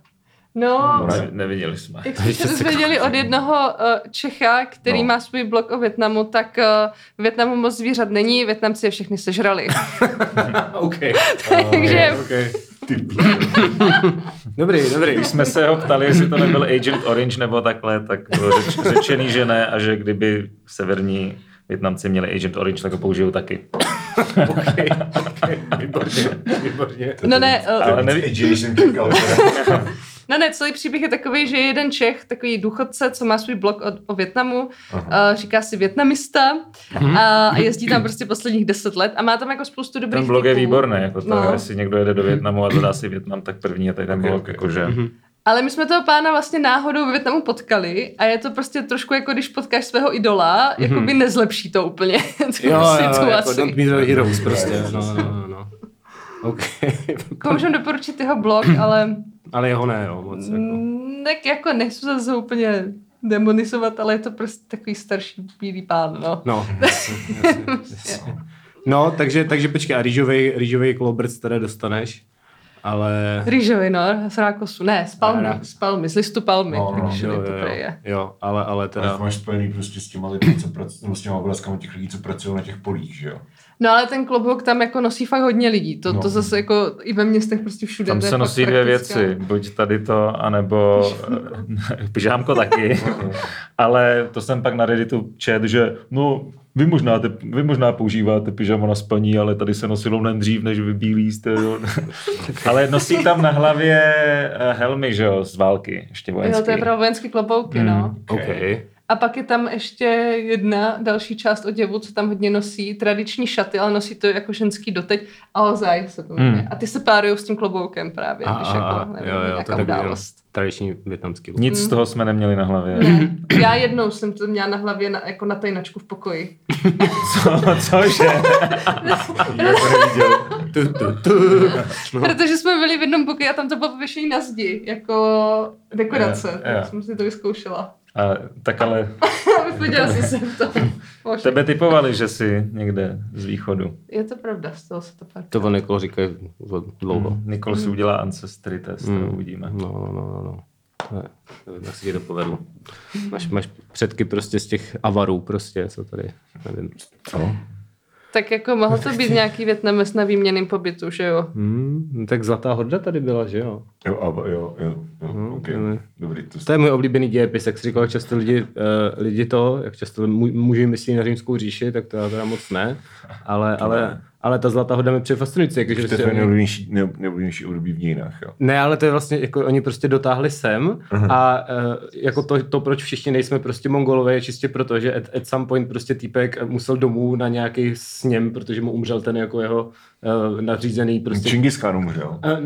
no, Ne, neviděli jsme. jak jsme se dozvěděli od jednoho uh, Čecha, který No. má svůj blog o Vietnamu, tak uh, v Vietnamu moc zvířat není, Vietnamci je všechny sežrali. OK. Takže... Okay. Dobrý, dobrý. Když jsme se ho ptali, jestli to nebyl Agent Orange nebo takhle, tak bylo řeč, řečený, že ne a že kdyby severní Vietnamci měli Agent Orange, tak ho použijou taky. Okay, okay. Výborně, výborně. No ne, uh, Ale neví... Edgy, jsem čekal. No ne, celý příběh je takový, že jeden Čech, takový důchodce, co má svůj blog o, o Vietnamu, uh, říká si Vietnamista a jezdí tam prostě posledních deset let a má tam jako spoustu dobrých Ten blog typů. je výborný, jako to, No. jestli někdo jede do Vietnamu a zadá si Vietnam, tak první je tady ten Okay, blog, okay. jakože... Mhm. Ale my jsme toho pána vlastně náhodou ve Vietnamu potkali a je to prostě trošku jako když potkáš svého idola, mm-hmm. jako by nezlepší to úplně tu Jo, jo, situaci. jako don't meet the heroes prostě. No, no, no, no. OK. Jako můžeme doporučit jeho blog, ale Ale jeho ne, jo, moc. Jako. mm, tak jako nechci zase úplně demonizovat, ale je to prostě takový starší bílý pán, no. No, jasně, jasně, jasně. No, takže, takže počkej, a rýžovej, rýžovej kolobrc teda dostaneš, ale... Rýžový, no, z rákosu, ne, z palmy, Ne, ne. z palmy, z listu palmy. No, no, Rýžový Jo, to jo, prý jo, je. jo, ale, ale Ale teda... to máš spojený prostě s těma lidmi, co pracují, nebo s těma obrázkami těch lidí, co pracují na těch polích, že jo? No ale ten klobouk tam jako nosí fakt hodně lidí, to, No. to zase jako i ve městech prostě všude. Tam to je se fakt nosí dvě praktická. věci, buď tady to, anebo pyžámko taky, ale to jsem pak na Redditu čet, že no, vy možná, te, vy možná používáte pyžamo na spaní, ale tady se nosilo mnohem dřív, než vy bílí jste, jo. Ale nosí tam na hlavě helmy, že jo, z války, ještě vojenský. Jo, to je právě vojenský klobouky, no. OK. A pak je tam ještě jedna další část oděvu, co tam hodně nosí, tradiční šaty, ale nosí to jako ženský doteď. Aozaj se to jmenuje. Hmm. A ty se párujou s tím kloboukem právě, A, když a, a, jako, nevím, jo, jo, to nějaká je takový jenom událost. tradiční větnamský look. Nic z toho jsme neměli na hlavě. Ne, já jednou jsem to měla na hlavě na, jako na tajnačku v pokoji. Co, cože? Tu, tu, tu. No. Protože jsme byli v jednom pokoji a tam to bylo pověšení na zdi, jako dekorace. Jo, jo. Tak jsem si to vyzkoušela. A, tak ale Vyfoděla si se to. Možná. tebe typovali, že jsi někde z východu. Je to pravda, z toho se to pak. To on Nikol říkají dlouho. Hmm. Nikol si udělá ancestry test, to Mm. uvidíme. No, no, no, no. Ne, nevím, jak se ti to povedlo. Máš, máš předky prostě z těch avarů prostě, co tady, nevím. Co? Tak jako mohl to být nějaký Vietnamec na výměnným pobytu, že jo? Hmm, tak Zlatá horda tady byla, že jo? Jo, a, jo, jo, jo, No, ok. ne. Dobrý, to To je můj oblíbený dějepis, jak jsi říkal, jak často lidi, uh, lidi to, jak často mu- muži myslí na římskou říši, tak to já teda moc ne, ale, ale, ale ta Zlatá horda mi přijde fascinující. Jako, že je prostě tvoje oni- nejoblíbenější, ne- nejoblíbenější období v dějinách, jo. Ne, ale to je vlastně, jako oni prostě dotáhli sem a uh, jako to, to, proč všichni nejsme prostě Mongolové, je čistě proto, že at, at some point prostě týpek musel domů na nějaký sněm, protože mu umřel ten jako jeho uh, nadřízený prostě... Čingis Khan umřel. Uh,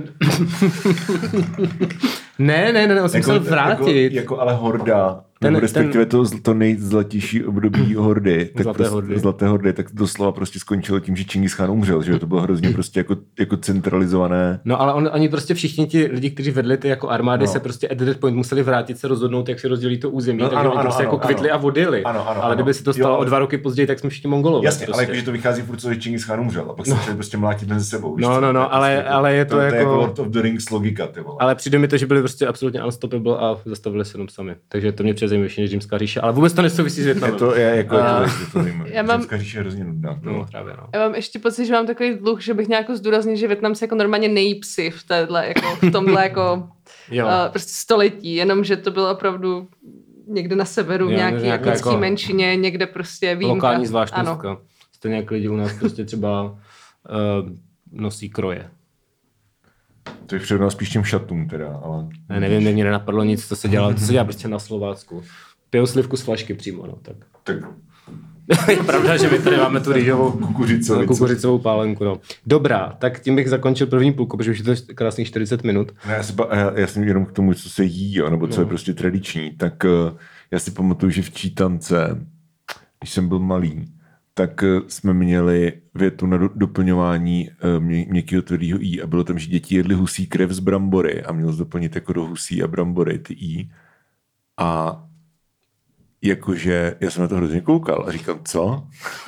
ne, ne, ne, on se musel vrátit. Jako, jako ale horda, Ten- nebo respektive ten- to, to nejzlatější období hordy, tak Zlaté prostě, hordy. zlaté hordy, tak doslova prostě skončilo tím, že Čingis Khan umřel, že jo? To bylo hrozně prostě jako, jako centralizované. No ale on, oni prostě všichni ti lidi, kteří vedli ty jako armády, No. se prostě at that point museli vrátit se rozhodnout, jak si rozdělí to území, No, takže ano, oni ano, prostě ano, jako kvitli ano. a odjeli. Ano, ano, ale ano. kdyby se to Jo, stalo ale- o dva roky později, tak jsme všichni Mongolové. Jasně, prostě. ale jakože to vychází furt, co, že Čingis Khan umřel a pak se No. začali prostě mlátit mezi sebou. víš No, co? no, no, To je ale- prostě ale je to to, to je jako- jako Lord of the Rings logika, ty vole. Ale přijde mi to, že byli prostě absolutně unstoppable a zastavili se jenom sami. Takže to mě přezajímavější než římská říše, ale vůbec to nesouvisí s Je Vietnamem. to, je, jako, A- je to, je to zajímavé. Já mám- Římská říše je hrozně nudná. No, právě, no. Já mám ještě pocit, že mám takový dluh, že bych nějak zdůraznil, že Vietnamci jako normálně nejí psy v, téhle, jako, v tomhle jako Jo. uh, prostě století, jenom že to bylo opravdu někde na severu, v Jo, nějaký nějaká etnický jako menšině, někde prostě výjimka. Lokální zvláštnostka. Ano. Stejně jak lidi u nás prostě třeba uh, nosí kroje. To je přirovnal spíš těm šatům teda, ale... Ne, nevím, mě nenapadlo nic, co se dělá, co se dělá prostě na Slovácku. Pijou slivku z flašky přímo, no tak. Tak Je pravda, že my tady máme tu rýžovou kukuřicovicu. kukuřicovou pálenku, no. Dobrá, tak tím bych zakončil první půlku, protože už je to krásných čtyřicet minut. Ne, já, si, ba- já, já jsem jenom k tomu, co se jí, jo, nebo co No. je prostě tradiční, tak uh, já si pamatuju, že v Čítance, když jsem byl malý, tak uh, jsme měli větu na do, doplňování uh, mě, měkkého tvrdého jí a bylo tam, že děti jedly husí krev z brambory a měl jsi doplnit jako do husí a brambory ty jí. A jakože já jsem na to hrozně koukal a říkám, co?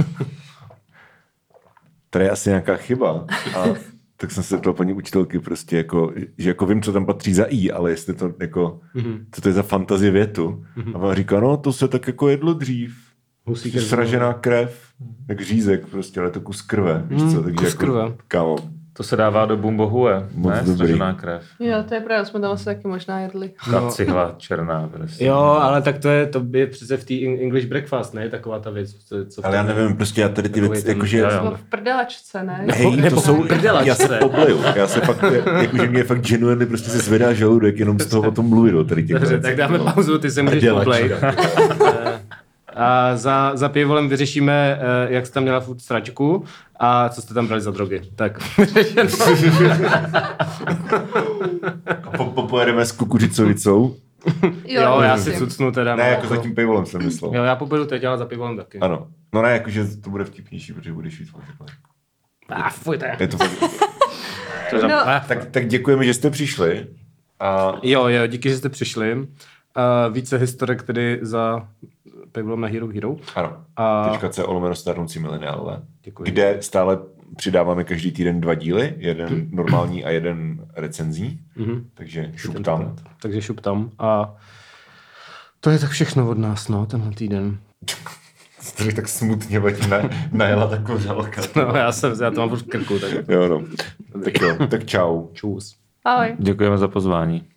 Tady je asi nějaká chyba. A tak jsem se ptal paní učitelky prostě jako, že jako vím, co tam patří za i, ale jestli to jako, Mm-hmm. co to je za fantazie větu. Mm-hmm. A ona říká, no to se tak jako jedlo dřív. Husí Že krev. sražená krev, jak řízek prostě, ale to kus krve, víš co, Mm, takže kus jako, krve. kámo, To se dává do bumbohue, Moc ne? dobrý. Stažená krev. Jo, to je pravda, jsme tam asi taky možná jedli. Ta cihla černá. Prostě. Jo, ale tak to je, to je přece v té English breakfast, ne? Taková ta věc. Co, co Ale já nevím, prostě já tady ty Takový věci, ten- jakože... jo, jo. Bylo v prdelačce, ne? Hej, nebo to jsou, prdelačce. já se pobleju, já se fakt, jakože mě fakt genuinely prostě se zvedá žaludek, jenom z toho o tom mluvit, o tady těch Dobře, věcech. tak dáme pauzu, ty se můžeš Prdelačka. poblejt. A za, za pivolem vyřešíme, eh, jak jsi tam měla furt sračku a co jste tam brali za drogy. Tak. Po, po, pojedeme s kukuřicovicou. Jo, já si jasně. cucnu teda. Ne, no. jako za tím pivolem jsem myslel. Jo, já poberu teď, ale za pivolem taky. Ano. No ne, jakože to bude vtipnější, protože budeš víc možná. A fuj, to je. Je to fakt... No, tak, tak děkujeme, že jste přišli. A Jo, jo, díky, že jste přišli. Uh, více historek tedy za pivolem na Hero Hero. ano, A- tečka C lomeno stárnoucí mileniálové, Děkuji. kde stále přidáváme každý týden dva díly, jeden normální a jeden recenzní, Mhm. takže šup tam. Takže šup tam. A to je tak všechno od nás, no, tenhle týden. Jsi tak smutně, ať na, najela takovou žalka. No, já jsem, já to mám furt v krku, tak Jo, no. Tak jo, tak čau. čus. ahoj. Děkujeme za pozvání.